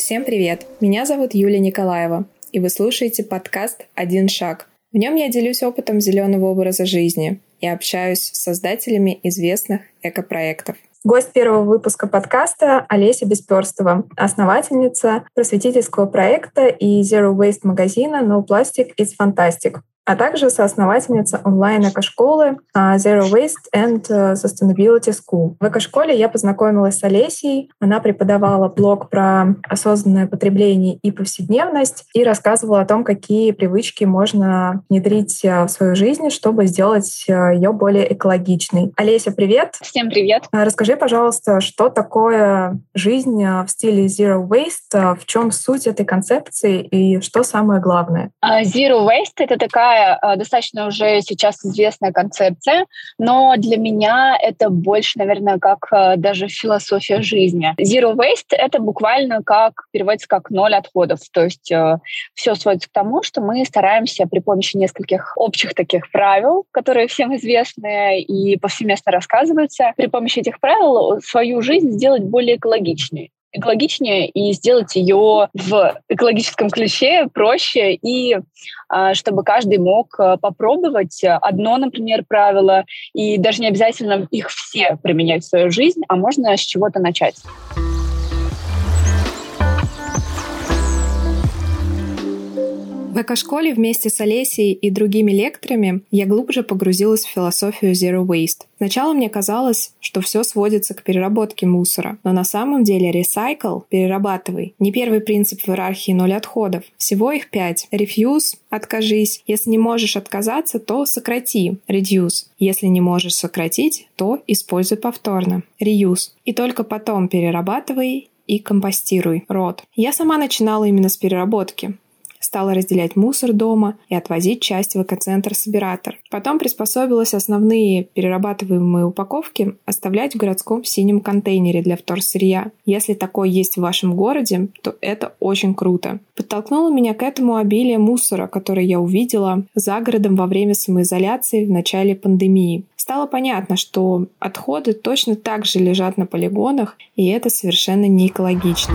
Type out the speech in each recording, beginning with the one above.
Всем привет! Меня зовут Юлия Николаева, и вы слушаете подкаст «Один шаг». В нем я делюсь опытом зеленого образа жизни и общаюсь с создателями известных экопроектов. Гость первого выпуска подкаста — Олеся Бесперстова, основательница просветительского проекта и Zero Waste магазина No Plastic is Fantastic, а также соосновательница онлайн-экошколы Zero Waste and Sustainability School. В экошколе я познакомилась с Олесей. Она преподавала блог про осознанное потребление и повседневность и рассказывала о том, какие привычки можно внедрить в свою жизнь, чтобы сделать ее более экологичной. Олеся, привет! Всем привет! Расскажи, пожалуйста, что такое жизнь в стиле Zero Waste, в чем суть этой концепции и что самое главное? Zero Waste — это такая достаточно уже сейчас известная концепция, но для меня это больше, наверное, как даже философия жизни. Zero Waste — это буквально переводится как ноль отходов. То есть все сводится к тому, что мы стараемся при помощи нескольких общих таких правил, которые всем известны и повсеместно рассказываются, при помощи этих правил свою жизнь сделать более экологичнее и сделать ее в экологическом ключе проще, и чтобы каждый мог попробовать одно, например, правило, и даже не обязательно их все применять в свою жизнь, а можно с чего-то начать. В экошколе вместе с Олесей и другими лекторами я глубже погрузилась в философию Zero Waste. Сначала мне казалось, что все сводится к переработке мусора, но на самом деле recycle, перерабатывай, не первый принцип в иерархии ноль отходов. Всего их 5. Refuse — откажись. Если не можешь отказаться, то сократи. Reduce. Если не можешь сократить, то используй повторно. Reuse. И только потом перерабатывай и компостируй. Род. Я сама начинала именно с переработки. Стала разделять мусор дома и отвозить часть в экоцентр-собиратор. Потом приспособилась основные перерабатываемые упаковки оставлять в городском синем контейнере для вторсырья. Если такой есть в вашем городе, то это очень круто. Подтолкнуло меня к этому обилие мусора, которое я увидела за городом во время самоизоляции в начале пандемии. Стало понятно, что отходы точно так же лежат на полигонах, и это совершенно не экологично.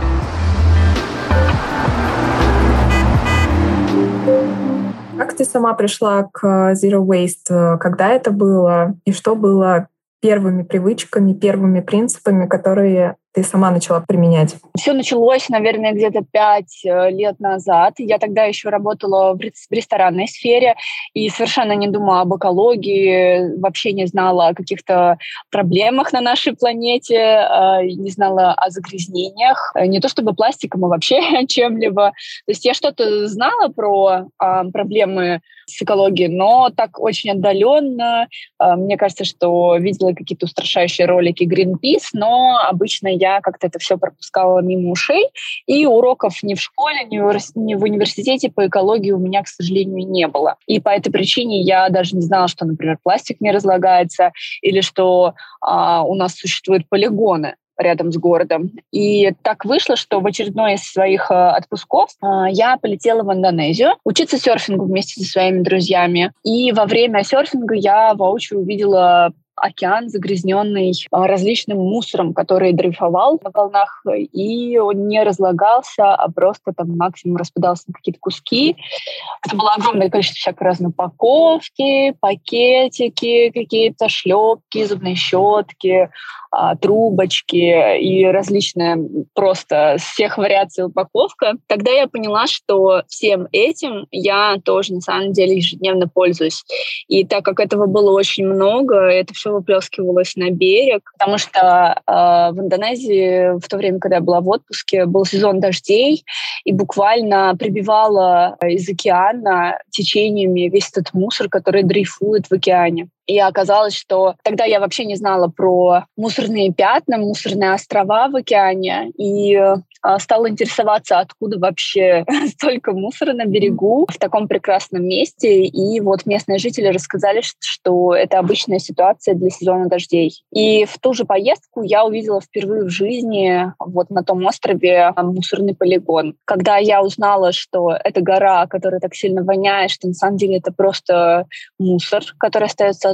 Как ты сама пришла к Zero Waste? Когда это было? И что было первыми привычками, первыми принципами, которые ты сама начала применять? Все началось, наверное, где-то 5 лет назад. Я тогда еще работала в ресторанной сфере и совершенно не думала об экологии, вообще не знала о каких-то проблемах на нашей планете, не знала о загрязнениях, не то чтобы пластиком, а вообще чем-либо. То есть я что-то знала про проблемы с экологией, но так очень отдаленно. Мне кажется, что видела какие-то устрашающие ролики Greenpeace, но обычно я как-то это все пропускала мимо ушей, и уроков ни в школе, ни в университете по экологии у меня, к сожалению, не было. И по этой причине я даже не знала, что, например, пластик не разлагается, или что у нас существуют полигоны рядом с городом. И так вышло, что в очередной из своих отпусков я полетела в Индонезию учиться серфингу вместе со своими друзьями. И во время серфинга я воочию увидела океан, загрязненный различным мусором, который дрейфовал на волнах, и он не разлагался, а просто там максимум распадался на какие-то куски. Это было огромное количество всякой разной упаковки, пакетики, какие-то шлепки, зубные щетки, трубочки и различная просто всех вариаций упаковка. Тогда я поняла, что всем этим я тоже на самом деле ежедневно пользуюсь. И так как этого было очень много, это все выплескивалось на берег, потому что в Индонезии в то время, когда я была в отпуске, был сезон дождей, и буквально прибивало из океана течениями весь этот мусор, который дрейфует в океане. И оказалось, что тогда я вообще не знала про мусорные пятна, мусорные острова в океане, и стала интересоваться, откуда вообще столько мусора на берегу в таком прекрасном месте. И вот местные жители рассказали, что это обычная ситуация для сезона дождей. И в ту же поездку я увидела впервые в жизни вот на том острове мусорный полигон. Когда я узнала, что это гора, которая так сильно воняет, что на самом деле это просто мусор, который остается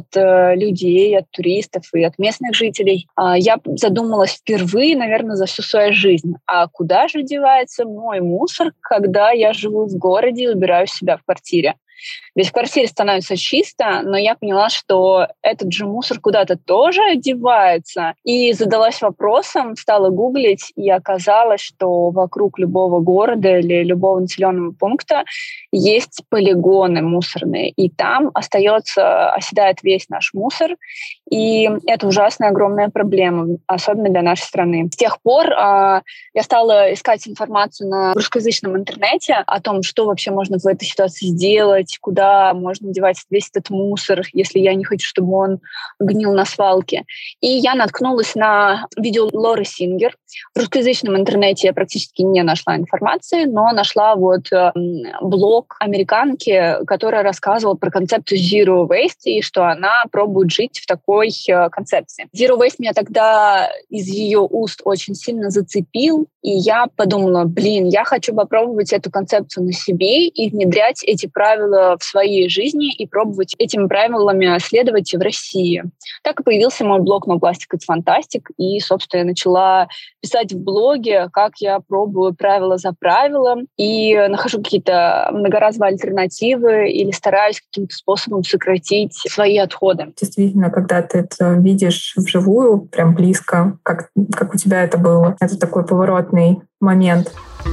от людей, от туристов и от местных жителей, я задумалась впервые, наверное, за всю свою жизнь. А куда же девается мой мусор, когда я живу в городе и убираю себя в квартире? Ведь в квартире становится чисто, но я поняла, что этот же мусор куда-то тоже одевается. И задалась вопросом, стала гуглить, и оказалось, что вокруг любого города или любого населенного пункта есть полигоны мусорные. И там оседает весь наш мусор. И это ужасная, огромная проблема, особенно для нашей страны. С тех пор я стала искать информацию на русскоязычном интернете о том, что вообще можно в этой ситуации сделать, куда можно девать весь этот мусор, если я не хочу, чтобы он гнил на свалке. И я наткнулась на видео Лоры Сингер. В русскоязычном интернете я практически не нашла информации, но нашла блог американки, которая рассказывала про концепцию Zero Waste и что она пробует жить в такой концепции. Zero Waste меня тогда из ее уст очень сильно зацепил, и я подумала, я хочу попробовать эту концепцию на себе и внедрять эти правила в своей жизни и пробовать этими правилами следовать в России. Так и появился мой блог «No Plastic It's Fantastic», и, собственно, я начала писать в блоге, как я пробую правило за правилом и нахожу какие-то многоразовые альтернативы или стараюсь каким-то способом сократить свои отходы. Действительно, когда ты это видишь вживую, прям близко, как у тебя это было, это такой поворотный момент.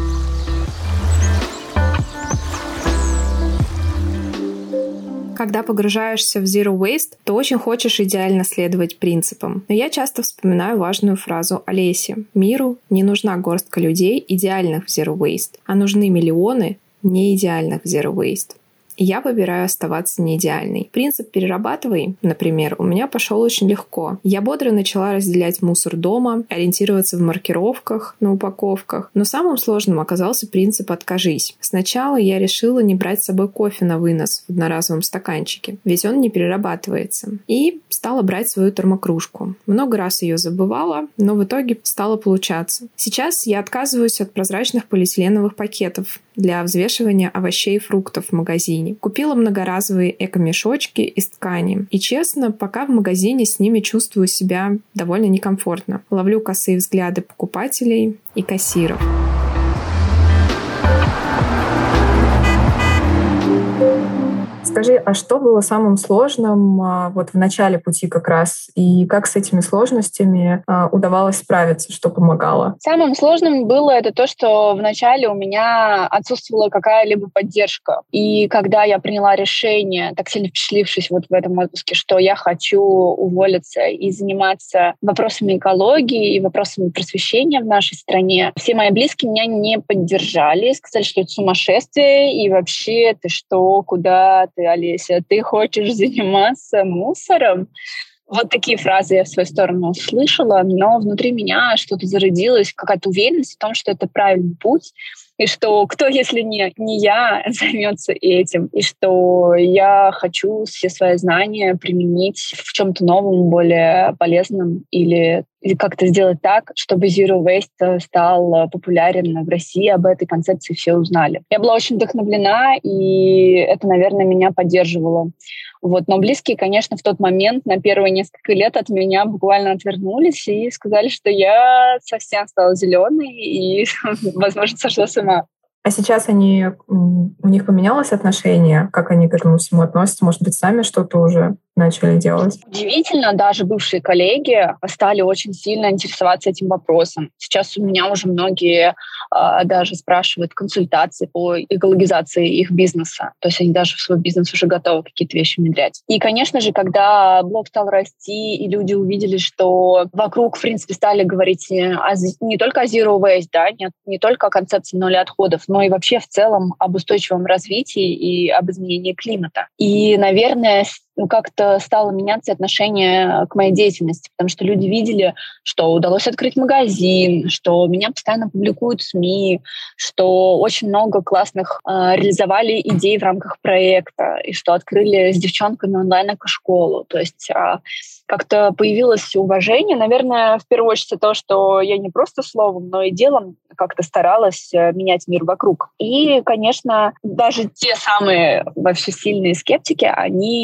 Когда погружаешься в Zero Waste, то очень хочешь идеально следовать принципам. Но я часто вспоминаю важную фразу Олеси. Миру не нужна горстка людей, идеальных в Zero Waste, а нужны миллионы неидеальных в Zero Waste. И я выбираю оставаться неидеальной. Принцип «перерабатывай», например, у меня пошел очень легко. Я бодро начала разделять мусор дома, ориентироваться в маркировках на упаковках. Но самым сложным оказался принцип «откажись». Сначала я решила не брать с собой кофе на вынос в одноразовом стаканчике, ведь он не перерабатывается. И стала брать свою термокружку. Много раз ее забывала, но в итоге стало получаться. Сейчас я отказываюсь от прозрачных полиэтиленовых пакетов для взвешивания овощей и фруктов в магазине. Купила многоразовые эко-мешочки из ткани. И честно, пока в магазине с ними чувствую себя довольно некомфортно. Ловлю косые взгляды покупателей и кассиров. Скажи, а что было самым сложным в начале пути как раз? И как с этими сложностями удавалось справиться? Что помогало? Самым сложным было это то, что вначале у меня отсутствовала какая-либо поддержка. И когда я приняла решение, так сильно впечатлившись в этом отпуске, что я хочу уволиться и заниматься вопросами экологии и вопросами просвещения в нашей стране, все мои близкие меня не поддержали, сказали, что это сумасшествие, и вообще ты что, куда ты, Олеся, ты хочешь заниматься мусором? Вот такие фразы я в свою сторону услышала, но внутри меня что-то зародилось, какая-то уверенность в том, что это правильный путь, и что кто, если не я, займется этим, и что я хочу все свои знания применить в чем-то новом, более полезном, или как-то сделать так, чтобы Zero Waste стал популярен в России, об этой концепции все узнали. Я была очень вдохновлена, и это, наверное, меня поддерживало. Но близкие, конечно, в тот момент на первые несколько лет от меня буквально отвернулись и сказали, что я совсем стала зеленой и, возможно, сошла с ума. А сейчас у них поменялось отношение? Как они к этому всему относятся? Может быть, сами что-то уже начали делать? Удивительно, даже бывшие коллеги стали очень сильно интересоваться этим вопросом. Сейчас у меня уже многие даже спрашивают консультации по экологизации их бизнеса. То есть они даже в свой бизнес уже готовы какие-то вещи внедрять. И, конечно же, когда блог стал расти, и люди увидели, что вокруг, в принципе, стали говорить не только о Zero Waste, да, не только о концепции нуля отходов, но и вообще в целом об устойчивом развитии и об изменении климата. И, наверное, как-то стало меняться отношение к моей деятельности, потому что люди видели, что удалось открыть магазин, что меня постоянно публикуют в СМИ, что очень много классных реализовали идей в рамках проекта, и что открыли с девчонками онлайн-эко-школу. То есть как-то появилось уважение. Наверное, в первую очередь то, что я не просто словом, но и делом как-то старалась менять мир вокруг. И, конечно, даже те самые вообще сильные скептики, они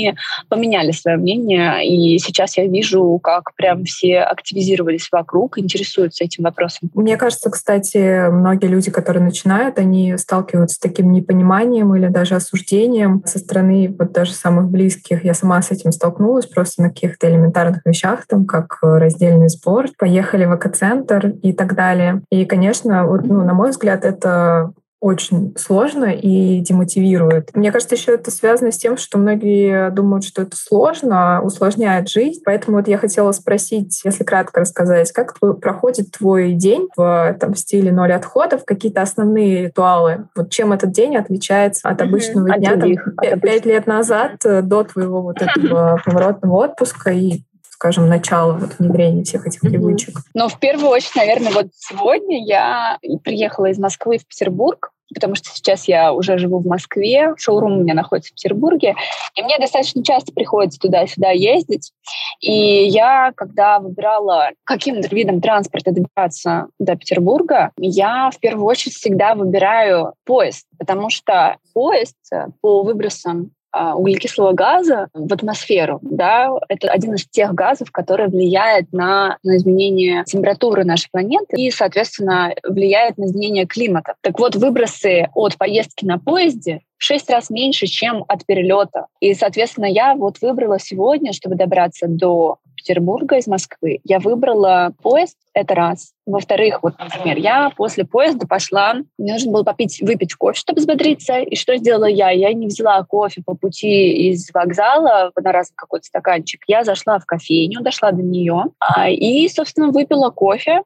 поменяли свое мнение, и сейчас я вижу, как прям все активизировались вокруг, интересуются этим вопросом. Мне кажется, кстати, многие люди, которые начинают, они сталкиваются с таким непониманием или даже осуждением со стороны вот даже самых близких. Я сама с этим столкнулась просто на каких-то элементарных вещах, там, как раздельный сбор, поехали в экоцентр и так далее. И, конечно, вот, на мой взгляд, это очень сложно и демотивирует. Мне кажется, еще это связано с тем, что многие думают, что это сложно, усложняет жизнь. Поэтому вот я хотела спросить, если кратко рассказать, как проходит твой день в стиле 0 отходов, какие-то основные ритуалы? Вот чем этот день отличается от обычного дня, других, 5 лет назад, до твоего вот этого поворотного отпуска и, скажем, начала внедрения всех этих привычек? Но в первую очередь, наверное, вот сегодня я приехала из Москвы в Петербург, потому что сейчас я уже живу в Москве, шоурум у меня находится в Петербурге, и мне достаточно часто приходится туда-сюда ездить. И я, когда выбирала, каким видом транспорта добираться до Петербурга, я в первую очередь всегда выбираю поезд, потому что поезд по выбросам углекислого газа в атмосферу, да, это один из тех газов, который влияет на изменение температуры нашей планеты и, соответственно, влияет на изменение климата. Так вот, выбросы от поездки на поезде в 6 раз меньше, чем от перелета. И, соответственно, я вот выбрала сегодня, чтобы добраться до Петербурга из Москвы, я выбрала поезд, это раз. Во-вторых, вот, например, я после поезда пошла, мне нужно было выпить кофе, чтобы взбодриться. И что сделала я? Я не взяла кофе по пути из вокзала в одноразовый какой-то стаканчик. Я зашла в кофейню, дошла до нее и, собственно, выпила кофе,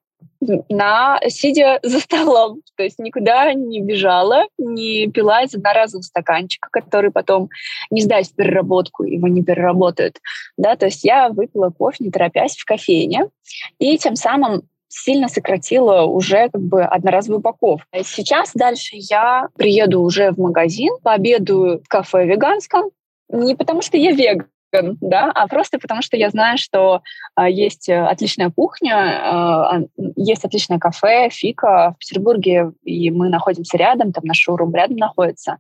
сидя за столом. То есть никуда не бежала, не пила из одноразового стаканчика, который потом не сдать в переработку, его не переработают. Да? То есть я выпила кофе, не торопясь, в кофейне, и тем самым сильно сократила уже одноразовую упаковку. Сейчас дальше я приеду уже в магазин, пообедаю в кафе веганском, не потому что я веган, да, а просто потому что я знаю, что есть отличная кухня, есть отличное кафе, Фика в Петербурге, и мы находимся рядом, там наш шоурум рядом находится.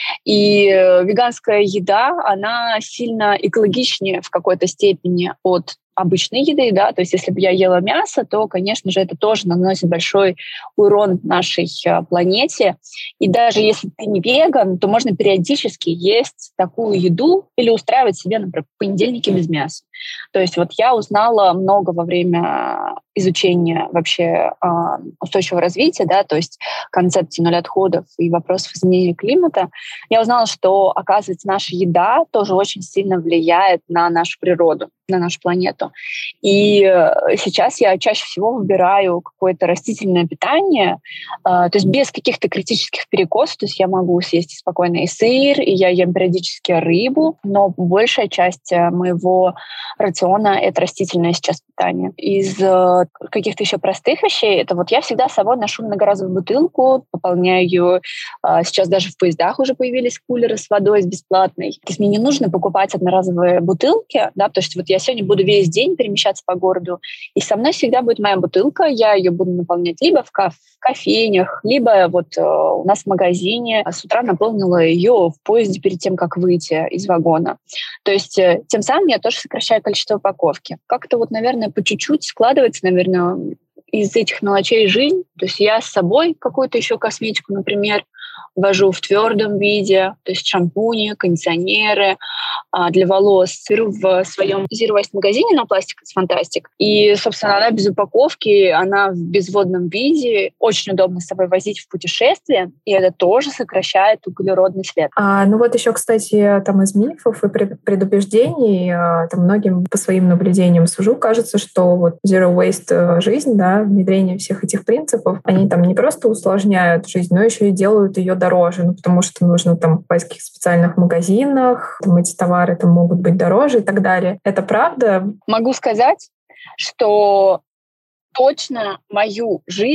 И веганская еда, она сильно экологичнее в какой-то степени от обычной еды, да, то есть если бы я ела мясо, то, конечно же, это тоже наносит большой урон нашей планете. И даже если ты не веган, то можно периодически есть такую еду или устраивать себе, например, понедельники без мяса. То есть вот я узнала много во время изучения вообще устойчивого развития, да, то есть концепции 0 отходов и вопросов изменения климата. Я узнала, что, оказывается, наша еда тоже очень сильно влияет на нашу природу, на нашу планету. И сейчас я чаще всего выбираю какое-то растительное питание, то есть без каких-то критических перекосов, то есть я могу съесть спокойно и сыр, и я ем периодически рыбу, но большая часть моего рациона — это растительное сейчас питание. Из каких-то еще простых вещей, это вот я всегда с собой ношу многоразовую бутылку, пополняю ее. Сейчас даже в поездах уже появились кулеры с водой, с бесплатной. То есть мне не нужно покупать одноразовые бутылки, да, потому что вот я сегодня буду весь день перемещаться по городу, и со мной всегда будет моя бутылка, я ее буду наполнять либо в кофейнях, либо вот у нас в магазине. С утра наполнила ее в поезде перед тем, как выйти из вагона. То есть тем самым я тоже сокращаю количество упаковки. Как-то вот, наверное, по чуть-чуть складывается, наверное, из этих мелочей жизнь. То есть я с собой какую-то еще косметику, например, вожу в твердом виде, то есть шампуни, кондиционеры для волос. Беру в своем Zero Waste магазине на Plastic is Fantastic. И, собственно, она без упаковки, она в безводном виде. Очень удобно с собой возить в путешествие, и это тоже сокращает углеродный след. Ну вот еще, кстати, там из мифов и предубеждений, там многим по своим наблюдениям сужу, кажется, что вот Zero Waste жизнь, да, внедрение всех этих принципов, они там не просто усложняют жизнь, но еще и делают ее дороже, потому что нужно там в каких-то специальных магазинах, там эти товары там могут быть дороже и так далее. Это правда? Могу сказать, что точно мою жизнь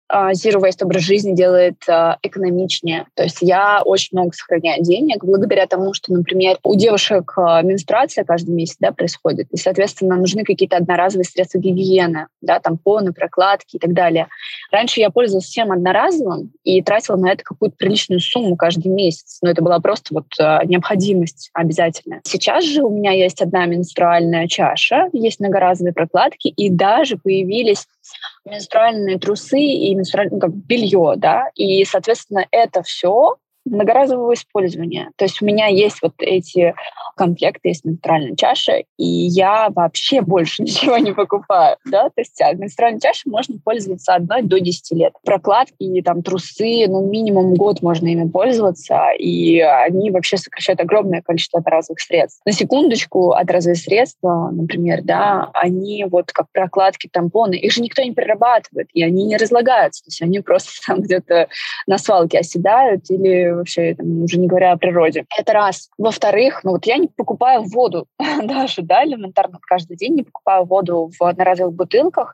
Zero Waste образ жизни делает экономичнее. То есть я очень много сохраняю денег благодаря тому, что, например, у девушек менструация каждый месяц, да, происходит, и, соответственно, нужны какие-то одноразовые средства гигиены, да, тампоны, прокладки и так далее. Раньше я пользовалась всем одноразовым и тратила на это какую-то приличную сумму каждый месяц, но это была просто необходимость обязательная. Сейчас же у меня есть одна менструальная чаша, есть многоразовые прокладки, и даже появились менструальные трусы и менструальное белье, да, и, соответственно, это все многоразового использования. То есть у меня есть вот эти комплекты, есть менструальная чаша, и я вообще больше ничего не покупаю, да, то есть менструальной чашей можно пользоваться одной до 10 лет. Прокладки и там трусы, минимум год можно ими пользоваться, и они вообще сокращают огромное количество одноразовых средств. На секундочку, одноразовые средства, например, да, они вот как прокладки, тампоны, их же никто не перерабатывает, и они не разлагаются, то есть они просто там где-то на свалке оседают или вообще, уже не говоря о природе. Это раз. Во-вторых, я не покупаю воду даже, да, элементарно каждый день не покупаю воду в одноразовых бутылках,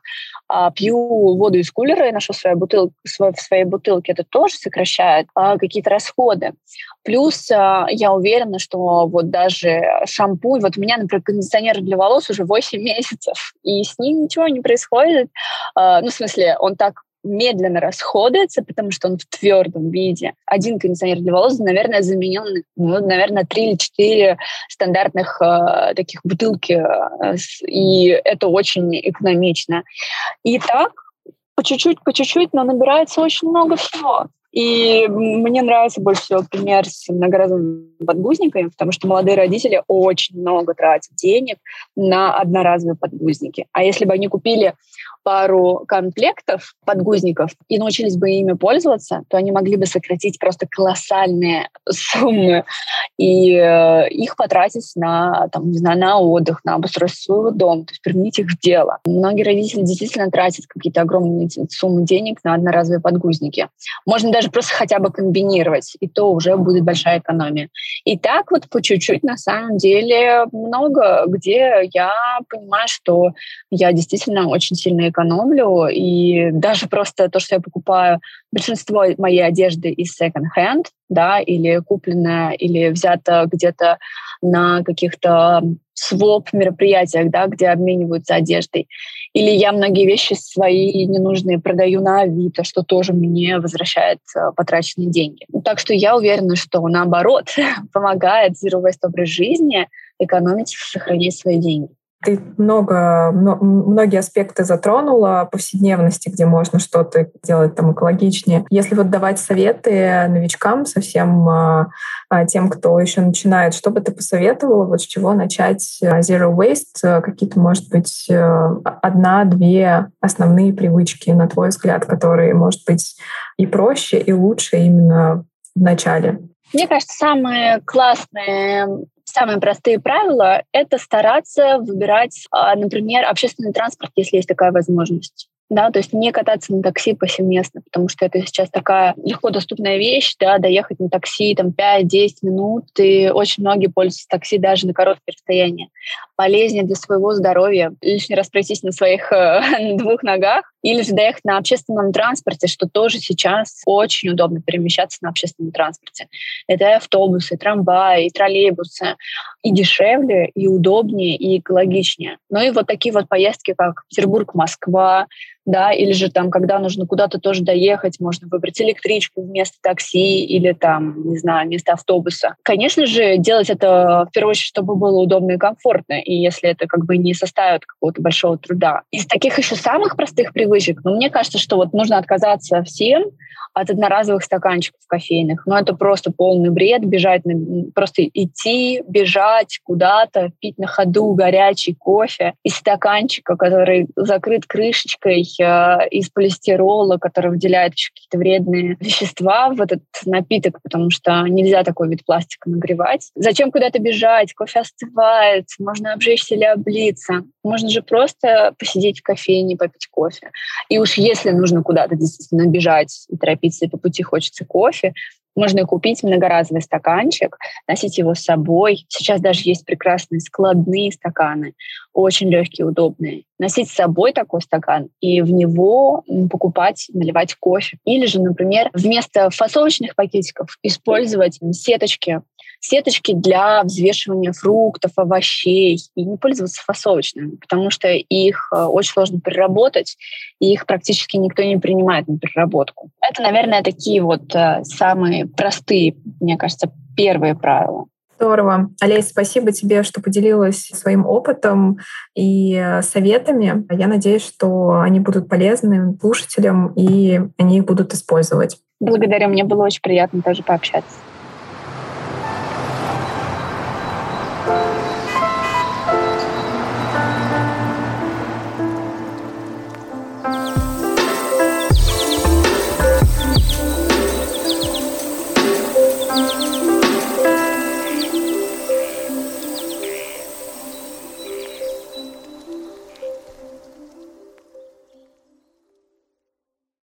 пью воду из кулера и ношу в своей бутылке. Это тоже сокращает какие-то расходы. Плюс я уверена, что вот даже шампунь, вот у меня, например, кондиционер для волос уже 8 месяцев, и с ним ничего не происходит. В смысле, он так медленно расходуется, потому что он в твердом виде. Один кондиционер для волос, наверное, заменил, 3 или 4 стандартных таких бутылки, и это очень экономично. И так, по чуть-чуть, но набирается очень много всего. И мне нравится больше всего пример с многоразовыми подгузниками, потому что молодые родители очень много тратят денег на одноразовые подгузники. А если бы они купили пару комплектов подгузников и научились бы ими пользоваться, то они могли бы сократить просто колоссальные суммы и их потратить на отдых, на обустройство своего дома, то есть применить их в дело. Многие родители действительно тратят какие-то огромные суммы денег на одноразовые подгузники. Можно даже просто хотя бы комбинировать, и то уже будет большая экономия. И так вот по чуть-чуть на самом деле много, где я понимаю, что я действительно очень сильно экономлю, и даже просто то, что я покупаю большинство моей одежды из second-hand, да, или купленная, или взята где-то на каких-то своп-мероприятиях, да, где обмениваются одеждой. Или я многие вещи свои ненужные продаю на Авито, что тоже мне возвращает потраченные деньги. Так что я уверена, что наоборот помогает Zero Waste образ жизни экономить и сохранить свои деньги. Ты многие аспекты затронула повседневности, где можно что-то делать там экологичнее. Если вот давать советы новичкам, совсем тем, кто еще начинает, что бы ты посоветовала, вот с чего начать Zero Waste? Какие-то, может быть, 1-2 основные привычки, на твой взгляд, которые, может быть, и проще, и лучше именно в начале? Мне кажется, самые простые правила — это стараться выбирать, например, общественный транспорт, если есть такая возможность. Да, то есть не кататься на такси повсеместно, потому что это сейчас такая легко доступная вещь, да, доехать на такси 5-10 минут, и очень многие пользуются такси даже на короткие расстояния. Полезнее для своего здоровья лишний раз пройтись на своих 2 ногах или же доехать на общественном транспорте, что тоже сейчас очень удобно перемещаться на общественном транспорте. Это и автобусы, и трамваи, и троллейбусы. И дешевле, и удобнее, и экологичнее. Ну и вот такие вот поездки, как Петербург-Москва, да, или же там, когда нужно куда-то тоже доехать, можно выбрать электричку вместо такси или там, не знаю, вместо автобуса. Конечно же, делать это в первую очередь, чтобы было удобно и комфортно, и если это не составит какого-то большого труда. Из таких еще самых простых привычек, мне кажется, что вот нужно отказаться всем от одноразовых стаканчиков кофейных. Это просто полный бред, просто идти, бежать куда-то, пить на ходу горячий кофе из стаканчика, который закрыт крышечкой из полистирола, который выделяет еще какие-то вредные вещества в этот напиток, потому что нельзя такой вид пластика нагревать. Зачем куда-то бежать? Кофе остывает, можно обжечься или облиться. Можно же просто посидеть в кофейне, попить кофе. И уж если нужно куда-то действительно бежать и торопиться, и по пути хочется кофе, Можно купить многоразовый стаканчик, носить его с собой. Сейчас даже есть прекрасные складные стаканы, очень легкие, удобные. Носить с собой такой стакан и в него покупать, наливать кофе. Или же, например, вместо фасовочных пакетиков использовать сеточки. Сеточки для взвешивания фруктов, овощей. И не пользоваться фасовочными, потому что их очень сложно переработать, и их практически никто не принимает на переработку. Это, наверное, такие вот самые простые, мне кажется, первые правила. Здорово. Олесь, спасибо тебе, что поделилась своим опытом и советами. Я надеюсь, что они будут полезны слушателям, и они их будут использовать. Благодарю, мне было очень приятно тоже пообщаться.